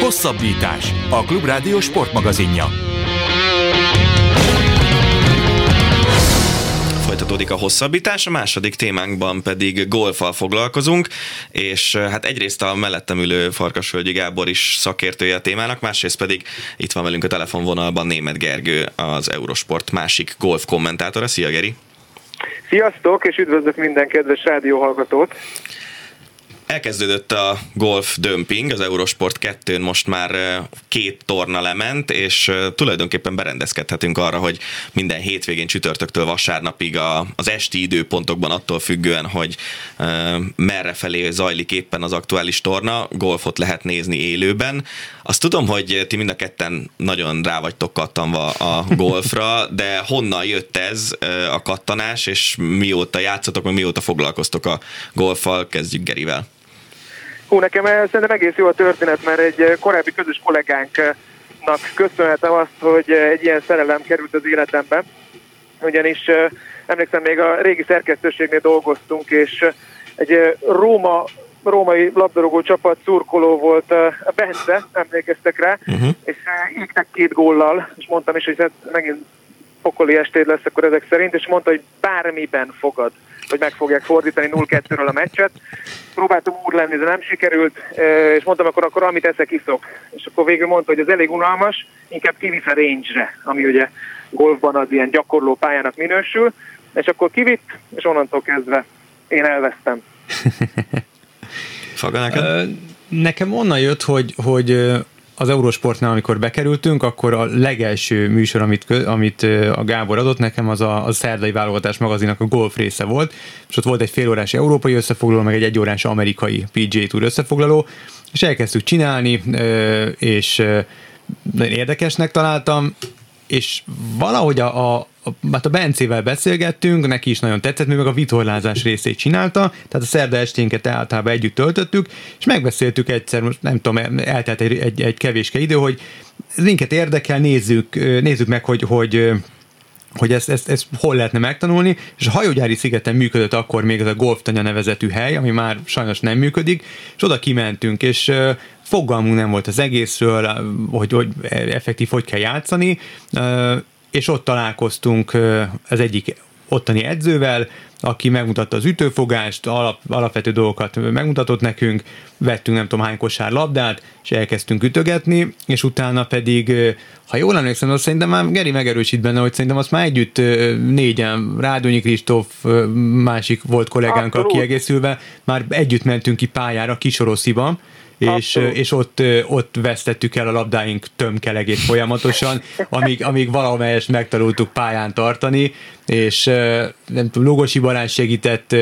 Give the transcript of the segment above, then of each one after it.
Hosszabbítás, a Klubrádió sportmagazinja. Folytatódik a hosszabbítás, a második témánkban pedig golffal foglalkozunk, és hát egyrészt a mellettem ülő Farkasvölgyi Gábor is szakértője a témának, másrészt pedig itt van velünk a telefonvonalban Németh Gergő, az Eurosport másik golf kommentátora. Szia, Geri! Sziasztok, és üdvözlök minden kedves rádióhallgatót! Elkezdődött a golf dömping, az Eurosport 2-n most már 2 torna lement, és tulajdonképpen berendezkedhetünk arra, hogy minden hétvégén csütörtöktől vasárnapig az esti időpontokban attól függően, hogy merrefelé zajlik éppen az aktuális torna, golfot lehet nézni élőben. Azt tudom, hogy ti mind a ketten nagyon rá vagytok kattanva a golfra, de honnan jött ez a kattanás, és mióta játszotok, meg mióta foglalkoztok a golffal? Kezdjük Gerivel. Nekem szerintem egész jó a történet, mert egy korábbi közös kollégánknak köszönhetem azt, hogy egy ilyen szerelem került az életembe. Ugyanis emlékszem, még a régi szerkesztőségnél dolgoztunk, és egy római labdarúgó csapat szurkoló volt a Bence, emlékeztek rá, és égtek 2 góllal, és mondtam is, hogy hát megint pokoli estéd lesz akkor ezek szerint, és mondta, hogy bármiben fogad, hogy meg fogják fordítani 0-2-ről a meccset. Próbáltam úr lenni, de nem sikerült, és mondtam, akkor amit eszek, iszok. És akkor végül mondta, hogy ez elég unalmas, inkább kivisz a range-re, ami ugye golfban az ilyen gyakorló pályának minősül, és akkor kivitt, és onnantól kezdve én elvesztem. Nekem onnan jött, hogy az Eurosportnál, amikor bekerültünk, akkor a legelső műsor, amit a Gábor adott nekem, az a szerdai válogatás magazinnak a golf része volt, és ott volt egy félórás európai összefoglaló, meg egy egyórás amerikai PGA Tour összefoglaló, és elkezdtük csinálni, és nagyon érdekesnek találtam, és valahogy a Bencével beszélgettünk, neki is nagyon tetszett, mi meg a vitorlázás részét csinálta, tehát a szerda esténket általában együtt töltöttük, és megbeszéltük egyszer, most nem tudom, eltelt egy kevéske idő, hogy ez minket érdekel, nézzük meg, hogy ezt hol lehetne megtanulni, és a Hajógyári szigeten működött akkor még ez a Golftanya nevezetű hely, ami már sajnos nem működik, és oda kimentünk, és fogalmunk nem volt az egészről, hogy effektív hogy kell játszani, és ott találkoztunk az egyik ottani edzővel, aki megmutatta az ütőfogást, alapvető dolgokat megmutatott nekünk, vettünk nem tudom hány kosár labdát, és elkezdtünk ütögetni, és utána pedig, ha jól emlékszem, azt szerintem már Geri megerősít benne, hogy szerintem azt már együtt 4-en, Rádonyi Kristóf, másik volt kollégánkkal kiegészülve, már együtt mentünk ki pályára Kisorosziba, és ott vesztettük el a labdáink tömkelegét folyamatosan, amíg valamelyest megtanultuk pályán tartani, és nem tudom, Lugosi Balázs segített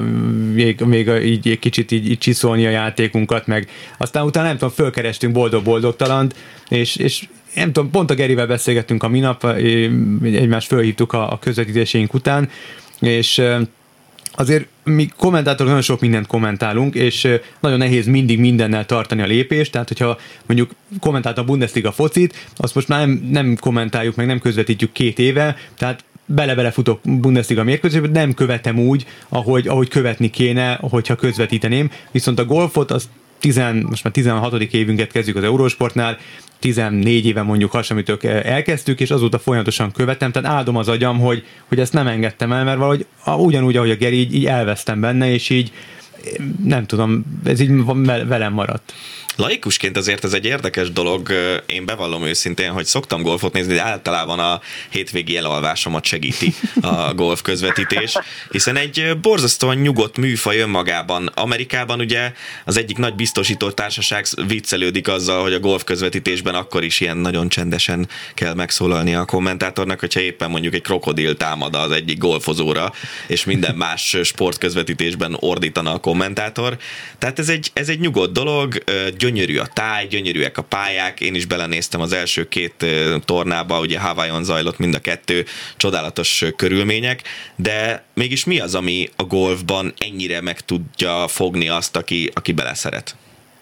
még így kicsit így csiszolni a játékunkat, meg aztán utána nem tudom, fölkerestünk boldog-boldogtalant, és nem tudom, pont a Gerivel beszélgettünk a minap, egymást fölhívtuk a közvetítéseink után, és azért mi kommentátorok nagyon sok mindent kommentálunk, és nagyon nehéz mindig mindennel tartani a lépést, tehát hogyha mondjuk kommentáltam a Bundesliga focit, azt most már nem kommentáljuk, meg nem közvetítjük 2 éve, tehát bele-bele futok Bundesliga mérkőzésbe, nem követem úgy, ahogy követni kéne, hogyha közvetíteném, viszont a golfot az most már 16. évünket kezdjük az Eurosportnál, 14 éve mondjuk hasonlítól elkezdtük, és azóta folyamatosan követem, tehát áldom az agyam, hogy ezt nem engedtem el, mert valahogy ugyanúgy, ahogy a Geri, így elvesztem benne, és így nem tudom, ez így velem maradt. Laikusként azért ez egy érdekes dolog, én bevallom őszintén, hogy szoktam golfot nézni, de általában a hétvégi elalvásomat segíti a golf közvetítés, hiszen egy borzasztóan nyugodt műfaj önmagában. Amerikában ugye az egyik nagy biztosító társaság viccelődik azzal, hogy a golf közvetítésben akkor is ilyen nagyon csendesen kell megszólalni a kommentátornak, hogyha éppen mondjuk egy krokodil támad az egyik golfozóra, és minden más sportközvetítésben ordítana a kommentátor. Tehát ez egy nyugodt dolog, gyönyörű a táj, gyönyörűek a pályák, én is belenéztem az első 2 tornába, ugye Hawaiion zajlott mind a 2, csodálatos körülmények, de mégis mi az, ami a golfban ennyire meg tudja fogni azt, aki beleszeret?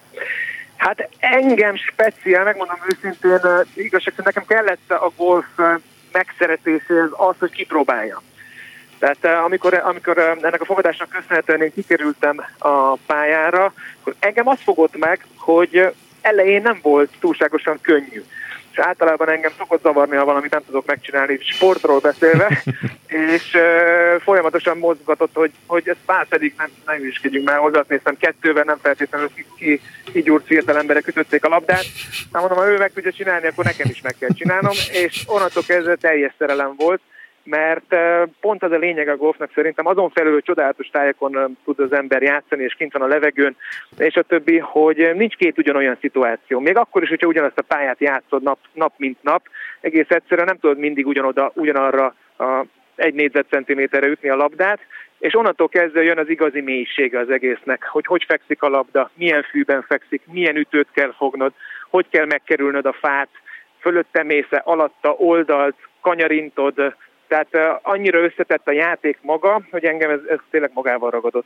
Hát engem speciál, megmondom őszintén, igazság szerint nekem kellett a golf megszeretéséhez az, hogy kipróbálja. Tehát amikor ennek a fogadásnak köszönhetően én kikerültem a pályára, akkor engem azt fogott meg, hogy elején nem volt túlságosan könnyű. És általában engem szokott zavarni, ha valamit nem tudok megcsinálni, sportról beszélve, és folyamatosan mozgatott, hogy ez pár pedig nem ügyeskedjünk már hozzá, azt néztem, 2-vel nem feltétlenül kigyúrt fiatal emberek ütötték a labdát. Hát mondom, ha ő meg tudja csinálni, akkor nekem is meg kell csinálnom, és onnantól kezdve teljes szerelem volt, mert pont az a lényeg a golfnak szerintem, azon felül, hogy csodálatos tájakon tud az ember játszani, és kint van a levegőn, és a többi, hogy nincs két ugyanolyan szituáció. Még akkor is, hogyha ugyanazt a pályát játszod nap mint nap, egész egyszerűen nem tudod mindig ugyanarra a 1 négyzetcentiméterre ütni a labdát, és onnantól kezdve jön az igazi mélysége az egésznek, hogy fekszik a labda, milyen fűben fekszik, milyen ütőt kell fognod, hogy kell megkerülnöd a fát, fölötte mész-e, alatta, oldalt, kanyarintod. Tehát annyira összetett a játék maga, hogy engem ez tényleg magával ragadott.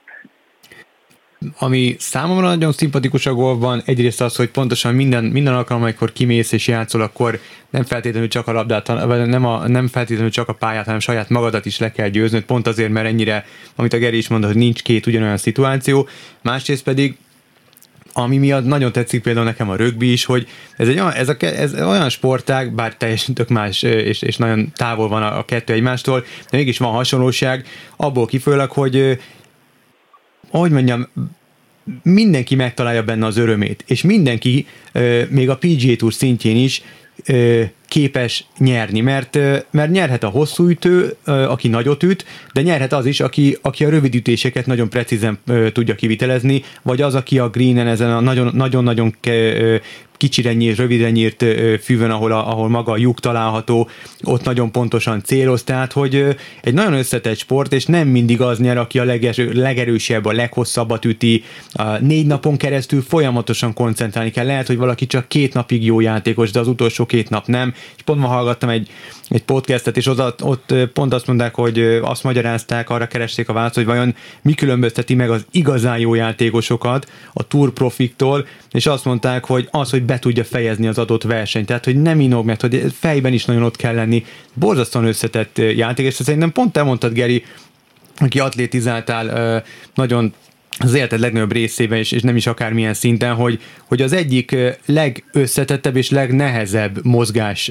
Ami számomra nagyon szimpatikus a golfban, egyrészt az, hogy pontosan minden alkalommal, amikor kimész és játszol, akkor nem feltétlenül csak a labdát, nem feltétlenül csak a pályát, hanem saját magadat is le kell győznöd, pont azért, mert ennyire, amit a Geri is mondta, hogy nincs két ugyanolyan szituáció. Másrészt pedig ami miatt nagyon tetszik például nekem a rögbi is, hogy ez olyan sportág, bár teljesen tök más, és nagyon távol van a kettő egymástól, de mégis van hasonlóság, abból kifolyólag, hogy mondjam, mindenki megtalálja benne az örömét, és mindenki, még a PGA Tour szintjén is képes nyerni, mert nyerhet a hosszú ütő, aki nagyot üt, de nyerhet az is, aki a rövid ütéseket nagyon precízen tudja kivitelezni, vagy az, aki a greenen ezen a nagyon-nagyon kicsire nyírt, rövidre nyírt fűvön, ahol maga a lyuk található, ott nagyon pontosan céloz, tehát hogy egy nagyon összetett sport, és nem mindig az nyer, aki a legerősebb, a leghosszabbat üti, 4 napon keresztül folyamatosan koncentrálni kell. Lehet, hogy valaki csak 2 napig jó játékos, de az utolsó 2 nap nem. És pont ma hallgattam egy podcastet, és ott pont azt mondták, hogy azt magyarázták, arra keresték a választ, hogy vajon mi különbözteti meg az igazán jó játékosokat a tour profiktól, és azt mondták, hogy az, hogy be tudja fejezni az adott versenyt, tehát hogy nem inog, mert hogy fejben is nagyon ott kell lenni. Borzasztóan összetett játék, és szerintem pont te mondtad, Geri, aki atlétizáltál nagyon az életed legnagyobb részében, és nem is akármilyen szinten, hogy az egyik legösszetettebb és legnehezebb mozgás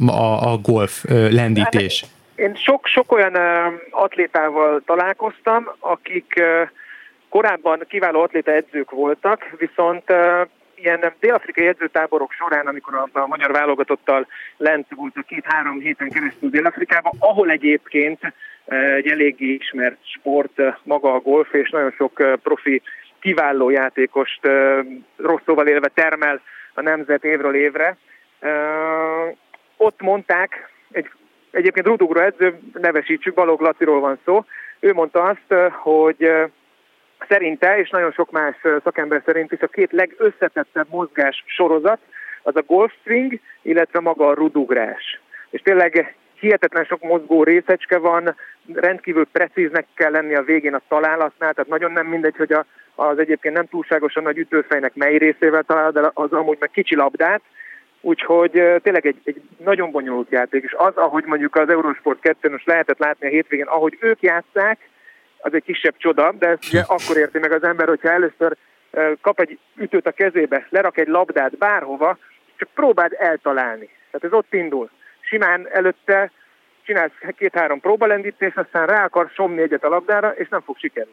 a golf lendítés. Én sok olyan atlétával találkoztam, akik korábban kiváló atléta edzők voltak, viszont ilyen dél-afrikai edzőtáborok során, amikor a magyar válogatottal lent voltak 2-3 héten keresztül Dél-Afrikában, ahol egyébként egy eléggé ismert sport maga a golf, és nagyon sok profi kiváló játékost rossz szóval élve termel a nemzet évről évre. Ott mondták, egyébként rúdugró edző, nevesítsük, Balogh Laciról van szó, ő mondta azt, hogy szerinte, és nagyon sok más szakember szerint is a 2 legösszetettebb mozgás sorozat az a golf swing, illetve maga a rúdugrás. És tényleg hihetetlen sok mozgó részecske van, rendkívül precíznek kell lenni a végén a találatnál, tehát nagyon nem mindegy, hogy az egyébként nem túlságosan nagy ütőfejnek mely részével talál, de az amúgy meg kicsi labdát, úgyhogy tényleg egy nagyon bonyolult játék, és az, ahogy mondjuk az Eurosport 2-n most lehetett látni a hétvégén, ahogy ők játsszák, az egy kisebb csoda, de ezt ugye akkor érti meg az ember, hogyha először kap egy ütőt a kezébe, lerak egy labdát bárhova, csak próbáld eltalálni. Tehát ez ott indul. Simán előtte csinálsz 2-3 próbalendítést, aztán rá akarsz somni egyet a labdára, és nem fog sikerülni.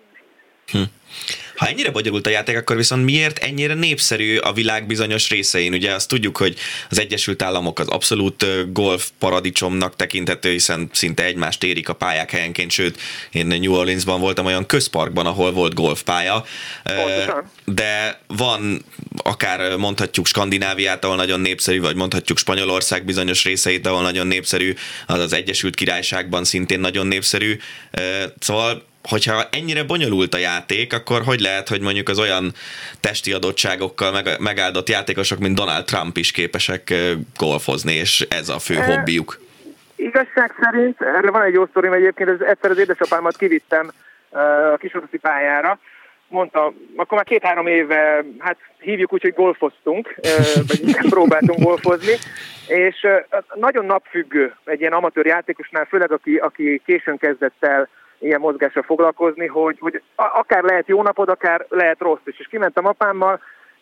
Ha ennyire bonyolult a játék, akkor viszont miért ennyire népszerű a világ bizonyos részein? Ugye azt tudjuk, hogy az Egyesült Államok az abszolút golf paradicsomnak tekinthető, hiszen szinte egymást érik a pályák helyenként, sőt, én New Orleansban voltam olyan közparkban, ahol volt golfpálya. Pontosan. De van akár mondhatjuk Skandináviát, ahol nagyon népszerű, vagy mondhatjuk Spanyolország bizonyos részeit, ahol nagyon népszerű, az Egyesült Királyságban szintén nagyon népszerű. Szóval hogyha ennyire bonyolult a játék, akkor hogy lehet, hogy mondjuk az olyan testi adottságokkal megáldott játékosok, mint Donald Trump is képesek golfozni, és ez a fő hobbiuk? Igazság szerint, erre van egy jó sztorim egyébként, egyszer az édesapámat kivittem a kisoroszi pályára, mondta, akkor már 2-3 éve, hát hívjuk úgy, hogy golfoztunk, vagy próbáltunk golfozni, és nagyon napfüggő egy ilyen amatőr játékosnál, főleg aki későn kezdett el ilyen mozgással foglalkozni, hogy akár lehet jó napod, akár lehet rossz is. És kimentem apámmal,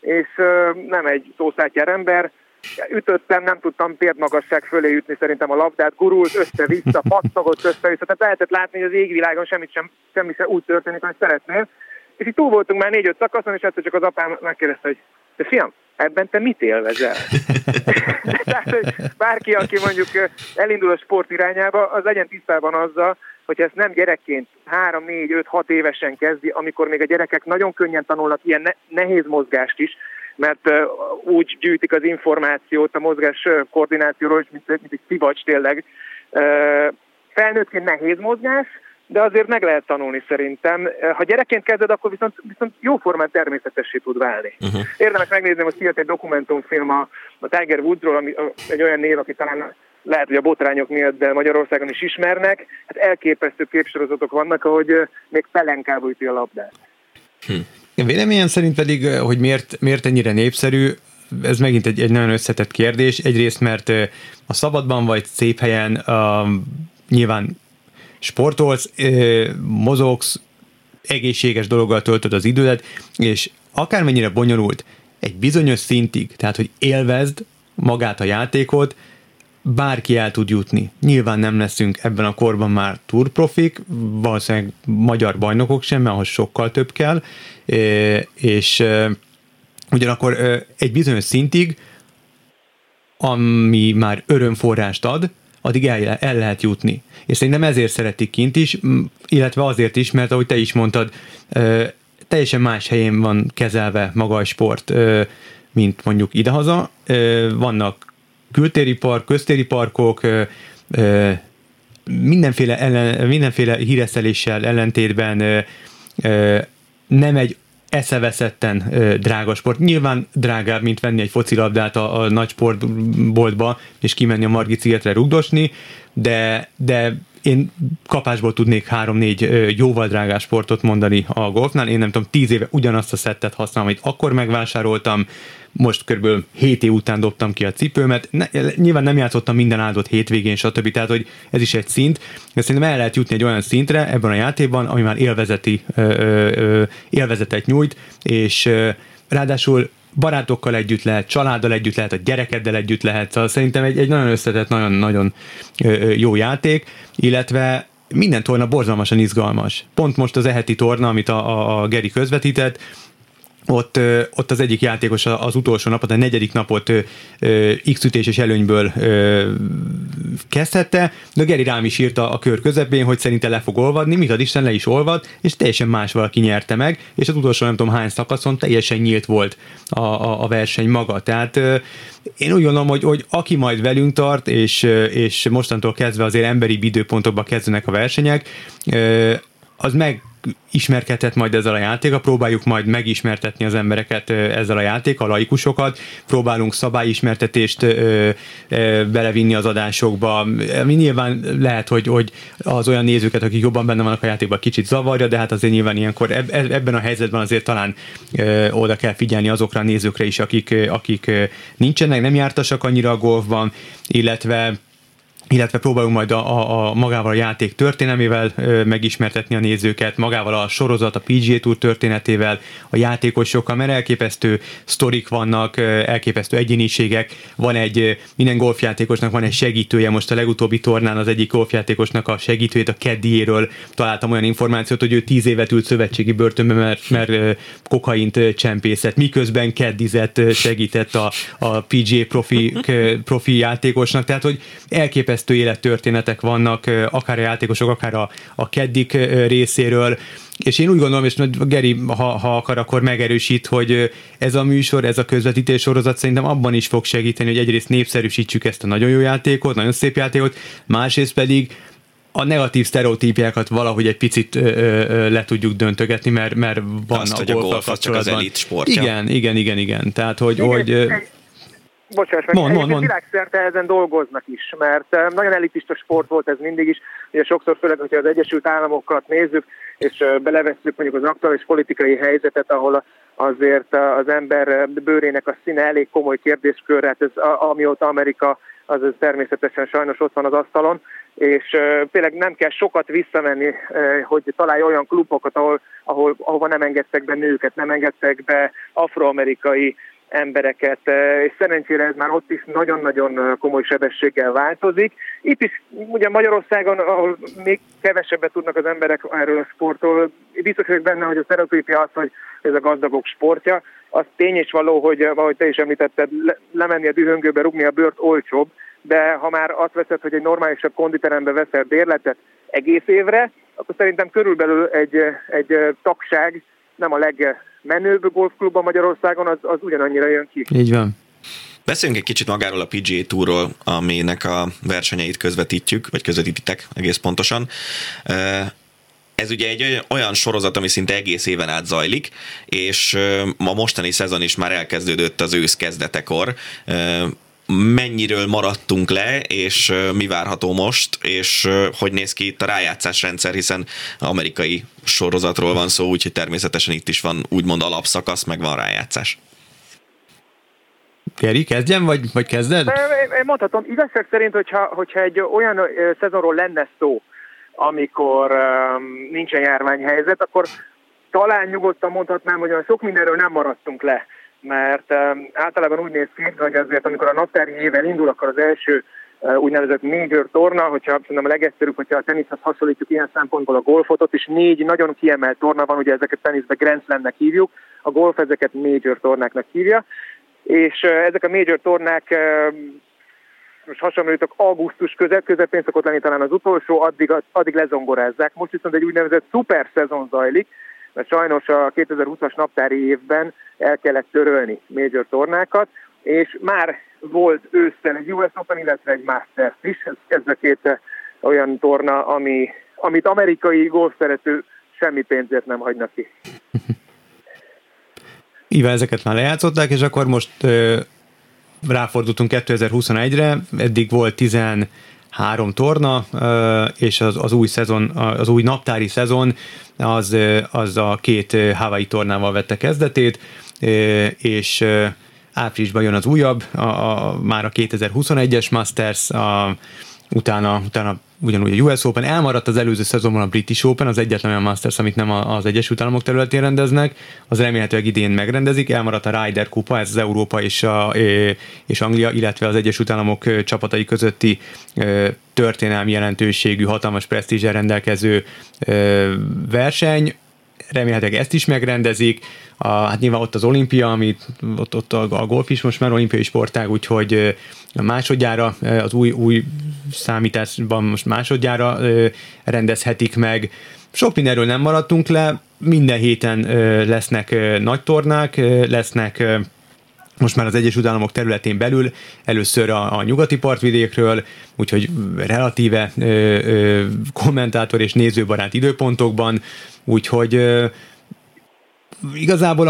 és nem egy szószátjár ember. Ütöttem, nem tudtam térdmagasság fölé ütni szerintem a labdát, gurult össze-vissza, pattogott össze-vissza, tehát lehetett látni, hogy az égvilágon semmi sem úgy történik, ahogy szeretnél. És így túl voltunk már 4-5 szakaszon, és egyszer csak az apám megkérdezte, hogy te fiam, ebben te mit élvezel? Tehát, hogy bárki, aki mondjuk elindul a sport irányába, az legyen tisztában azzal, hogy ezt nem gyerekként 3, 4, 5, 6 évesen kezdi, amikor még a gyerekek nagyon könnyen tanulnak ilyen nehéz mozgást is, mert úgy gyűjtik az információt a mozgás koordinációról, mint egy szivacs tényleg. Felnőttként nehéz mozgás, de azért meg lehet tanulni szerintem. Ha gyerekként kezded, akkor viszont jóformán természetessé tud válni. Érdemes megnézni, hogy kijött egy dokumentumfilm a Tiger Woodsról, ami egy olyan név, aki talán lehet, hogy a botrányok miatt, de Magyarországon is ismernek. Hát elképesztő képsorozatok vannak, ahogy még pelenkába üti a labdát. Véleményem szerint pedig, hogy miért ennyire népszerű, ez megint egy nagyon összetett kérdés. Egyrészt, mert a szabadban vagy szép helyen nyilván sportolsz, mozogsz, egészséges dologgal töltöd az idődet, és akármennyire bonyolult, egy bizonyos szintig, tehát hogy élvezd magát a játékot, bárki el tud jutni. Nyilván nem leszünk ebben a korban már túrprofik, valószínűleg magyar bajnokok sem, mert ahhoz sokkal több kell, és ugyanakkor egy bizonyos szintig, ami már örömforrást ad, addig el lehet jutni. És szerintem ezért szeretik kint is, illetve azért is, mert ahogy te is mondtad, teljesen más helyén van kezelve maga a sport, mint mondjuk idehaza. Vannak kültéri park, köztéri parkok, mindenféle híreszeléssel ellentétben nem egy eszeveszetten drága sport. Nyilván drágább, mint venni egy focilabdát a nagy sportboltba, és kimenni a Margit szigetre rugdosni, de én kapásból tudnék 3-4 jóval drágás sportot mondani a golfnál. Én nem tudom, 10 éve ugyanazt a szettet használom, amit akkor megvásároltam, most körülbelül 7 év után dobtam ki a cipőmet. Nyilván nem játszottam minden áldott hétvégén, stb. Tehát, hogy ez is egy szint, de szerintem el lehet jutni egy olyan szintre ebben a játékban, ami már élvezetet nyújt, és ráadásul barátokkal együtt lehet, családdal együtt lehet, a gyerekeddel együtt lehet, szóval szerintem egy nagyon összetett, nagyon-nagyon jó játék, illetve minden torna borzalmasan izgalmas. Pont most az eheti torna, amit a Geri közvetített, ott az egyik játékos az utolsó napot, a 4. napot x-ütéses előnyből kezdhette, de Geri rám is írta a kör közepén, hogy szerinte le fog olvadni, mit ad Isten, le is olvad, és teljesen más valaki nyerte meg, és az utolsó nem tudom hány szakaszon teljesen nyílt volt a verseny maga. Tehát én úgy gondolom, hogy aki majd velünk tart, és mostantól kezdve azért emberi időpontokba kezdenek a versenyek, az megismerkedhet majd ezzel a játékkal, próbáljuk majd megismertetni az embereket ezzel a játékkal, a laikusokat, próbálunk szabályismertetést belevinni az adásokba, ami nyilván lehet, hogy az olyan nézőket, akik jobban benne vannak a játékban, kicsit zavarja, de hát azért nyilván ilyenkor ebben a helyzetben azért talán oda kell figyelni azokra a nézőkre is, akik nincsenek, nem jártasak annyira a golfban, illetve próbálunk majd magával a játék történelmével megismertetni a nézőket, magával a sorozat, a PGA Tour történetével, a játékosokkal, mert elképesztő sztorik vannak, elképesztő egyéniségek. Minden golfjátékosnak van egy segítője, most a legutóbbi tornán az egyik golfjátékosnak a segítőjét, a caddyjéről találtam olyan információt, hogy ő 10 évet ült szövetségi börtönbe, mert kokaint csempészett, miközben caddizett, segített a PGA profi játékosnak, tehát hogy elképesztő élettörténetek vannak, akár a játékosok, akár a keddik részéről, és én úgy gondolom, és Geri, ha akar, akkor megerősít, hogy ez a műsor, ez a közvetítés sorozat szerintem abban is fog segíteni, hogy egyrészt népszerűsítsük ezt a nagyon jó játékot, nagyon szép játékot, másrészt pedig a negatív sztereotípiákat valahogy egy picit le tudjuk döntögetni, mert van azt, a golffal csak az elit sportja. Igen. Tehát, hogy Bocsánat, meg világszerte ezen dolgoznak is, mert nagyon elitista sport volt ez mindig is, ugye sokszor főleg, hogyha az Egyesült Államokat nézzük, és belevesszük mondjuk az aktuális politikai helyzetet, ahol azért az ember bőrének a színe elég komoly kérdéskör, hát ez amióta Amerika, az természetesen sajnos ott van az asztalon, és tényleg nem kell sokat visszamenni, hogy találj olyan klubokat, ahova nem engedtek be nőket, nem engedtek be afroamerikai embereket, és szerencsére ez már ott is nagyon-nagyon komoly sebességgel változik. Itt is ugye Magyarországon, ahol még kevesebbet tudnak az emberek erről a sportról, biztos vagyok benne, hogy a sztereotípia az, hogy ez a gazdagok sportja, az tény és való, hogy ahogy te is említetted, lemenni a dühöngőbe, rúgni a bőrt olcsóbb, de ha már azt veszed, hogy egy normálisabb konditerembe veszel bérletet egész évre, akkor szerintem körülbelül egy tagság nem a legmenőbb golfklubban Magyarországon, az ugyanannyira jön ki. Így van. Beszéljünk egy kicsit magáról a PGA Tourról, aminek a versenyeit közvetítjük, vagy közvetítitek egész pontosan. Ez ugye egy olyan sorozat, ami szinte egész éven át zajlik, és a mostani szezon is már elkezdődött az ősz kezdetekor. Mennyiről maradtunk le, és mi várható most, és hogy néz ki itt a rájátszásrendszer, hiszen amerikai sorozatról van szó, úgyhogy természetesen itt is van úgymond alapszakasz, meg van rájátszás. Geri, kezdjem, vagy kezded? Én mondhatom, igazság szerint, hogyha egy olyan szezonról lenne szó, amikor nincsen járványhelyzet, akkor talán nyugodtan mondhatnám, hogy olyan sok mindenről nem maradtunk le. Mert általában úgy néz ki, hogy azért, amikor a naptári éven indul, akkor az első úgynevezett major torna, hogyha szerintem a legegyszerűbb, hogyha a teniszhez hasonlítjuk ilyen szempontból a golfot, ott is 4 nagyon kiemelt torna van, ugye ezeket teniszbe Grand Slamnek hívjuk, a golf ezeket major tornáknak hívja, és ezek a major tornák most hasonlítok augusztus közepén szokott lenni talán az utolsó, addig lezongorázzák. Most viszont egy úgynevezett szuper szezon zajlik, mert sajnos a 2020-as naptári évben el kellett törölni major tornákat, és már volt ősszel egy US Open, illetve egy Masters is. Ez a két olyan torna, amit amerikai golfszerető semmi pénzért nem hagynak ki. Íve ezeket már lejátszották, és akkor most ráfordultunk 2021-re, eddig volt 13 torna, és az új szezon, az új naptári szezon az a 2 Hawaii tornával vette kezdetét, és áprilisban jön az újabb, már a 2021-es Masters, utána ugyanúgy a US Open, elmaradt az előző szezonban a British Open, az egyetlen olyan Masters, amit nem az Egyesült Államok területén rendeznek, az remélhetőleg idén megrendezik, elmaradt a Ryder Kupa, ez az Európa és Anglia, illetve az Egyesült Államok csapatai közötti történelmi jelentőségű, hatalmas presztízsel rendelkező verseny, remélhetőleg ezt is megrendezik. Hát nyilván ott az olimpia, amit ott a golf is most már olimpiai sportág, úgyhogy másodjára, az új számításban most másodjára rendezhetik meg. Sok mindenről nem maradtunk le, minden héten lesznek nagy tornák, lesznek most már az Egyesült Államok területén belül, először a nyugati partvidékről, úgyhogy relatíve kommentátor és nézőbarát időpontokban, úgyhogy igazából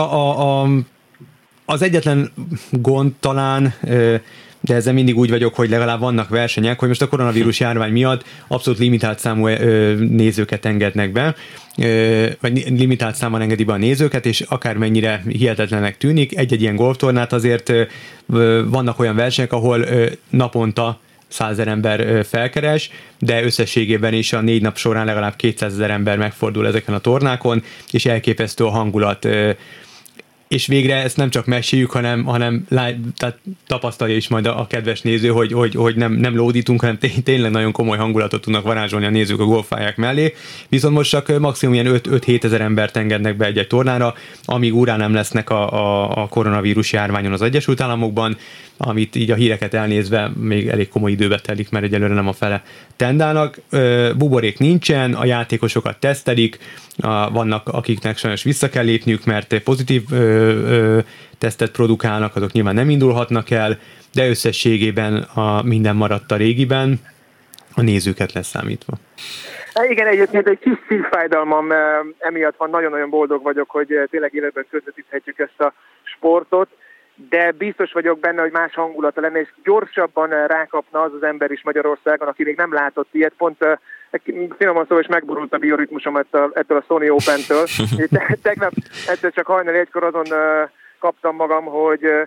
az egyetlen gond talán, de ezzel mindig úgy vagyok, hogy legalább vannak versenyek, hogy most a koronavírus járvány miatt abszolút limitált számú nézőket engednek be, vagy limitált számban engedi be a nézőket, és akármennyire hihetetlenek tűnik, egy-egy ilyen golftornát azért vannak olyan versenyek, ahol naponta 100 000 ember felkeres, de összességében is a 4 nap során legalább 200 000 ember megfordul ezeken a tornákon, és elképesztő a hangulat. És végre ezt nem csak meséljük, hanem tehát tapasztalja is majd a kedves néző, hogy nem lódítunk, hanem tényleg nagyon komoly hangulatot tudnak varázsolni a nézők a golfpályák mellé. Viszont most csak maximum ilyen 5-7 ezer embert engednek be egy tornára, amíg órán nem lesznek a koronavírus járványon az Egyesült Államokban, amit így a híreket elnézve még elég komoly időbe telik, mert egyelőre nem a fele tendálnak. Buborék nincsen, a játékosokat tesztelik, vannak, akiknek sajnos vissza kell lépniük, mert pozitív tesztet produkálnak, azok nyilván nem indulhatnak el, de összességében minden maradt a régiben, a nézőket leszámítva. Igen, egyébként egy kis szívfájdalmam emiatt van, nagyon-nagyon boldog vagyok, hogy tényleg életben közvetíthetjük ezt a sportot, de biztos vagyok benne, hogy más hangulata lenne, és gyorsabban rákapna az ember is Magyarországon, aki még nem látott ilyet. Pont finoman szóval is megborult a bioritmusom ettől a Sony Open-től. Tegnap egyszer csak hajnali 1-kor azon kaptam magam, hogy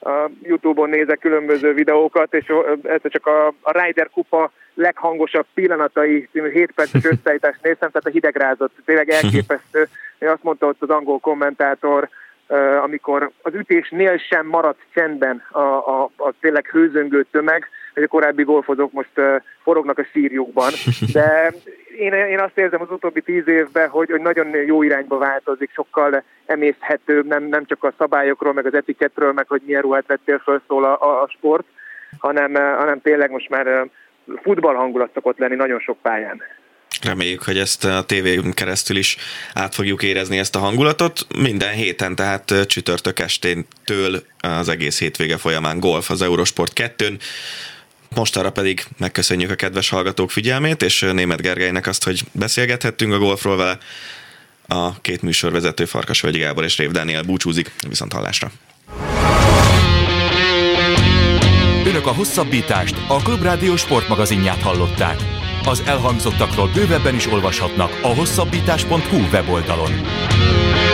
a YouTube-on nézek különböző videókat, és ez csak a Ryder Kupa leghangosabb pillanatai, 7 perces összeállítást néztem, tehát a hidegrázott, tényleg elképesztő. Azt mondta ott az angol kommentátor, amikor az ütésnél sem maradt csendben a tényleg hőzöngő tömeg, hogy a korábbi golfozók most forognak a sírjukban. De én azt érzem az utóbbi 10 évben, hogy nagyon jó irányba változik, sokkal emészhetőbb, nem csak a szabályokról, meg az etikettről, meg hogy milyen ruhát vettél föl szól a sport, hanem tényleg most már futball hangulat szokott lenni nagyon sok pályán. Reméljük, hogy ezt a tévén keresztül is át fogjuk érezni ezt a hangulatot. Minden héten, tehát csütörtök esténtől az egész hétvége folyamán golf az Eurosport 2-n. Mostanra pedig megköszönjük a kedves hallgatók figyelmét, és Németh Gergelynek azt, hogy beszélgethettünk a golfról vele. A két műsorvezető, Farkasvölgyi Gábor és Rév Dániel búcsúzik, viszont hallásra. Önök a hosszabbítást, a Klubrádió sportmagazinját hallották. Az elhangzottakról bővebben is olvashatnak a hosszabbítás.hu weboldalon.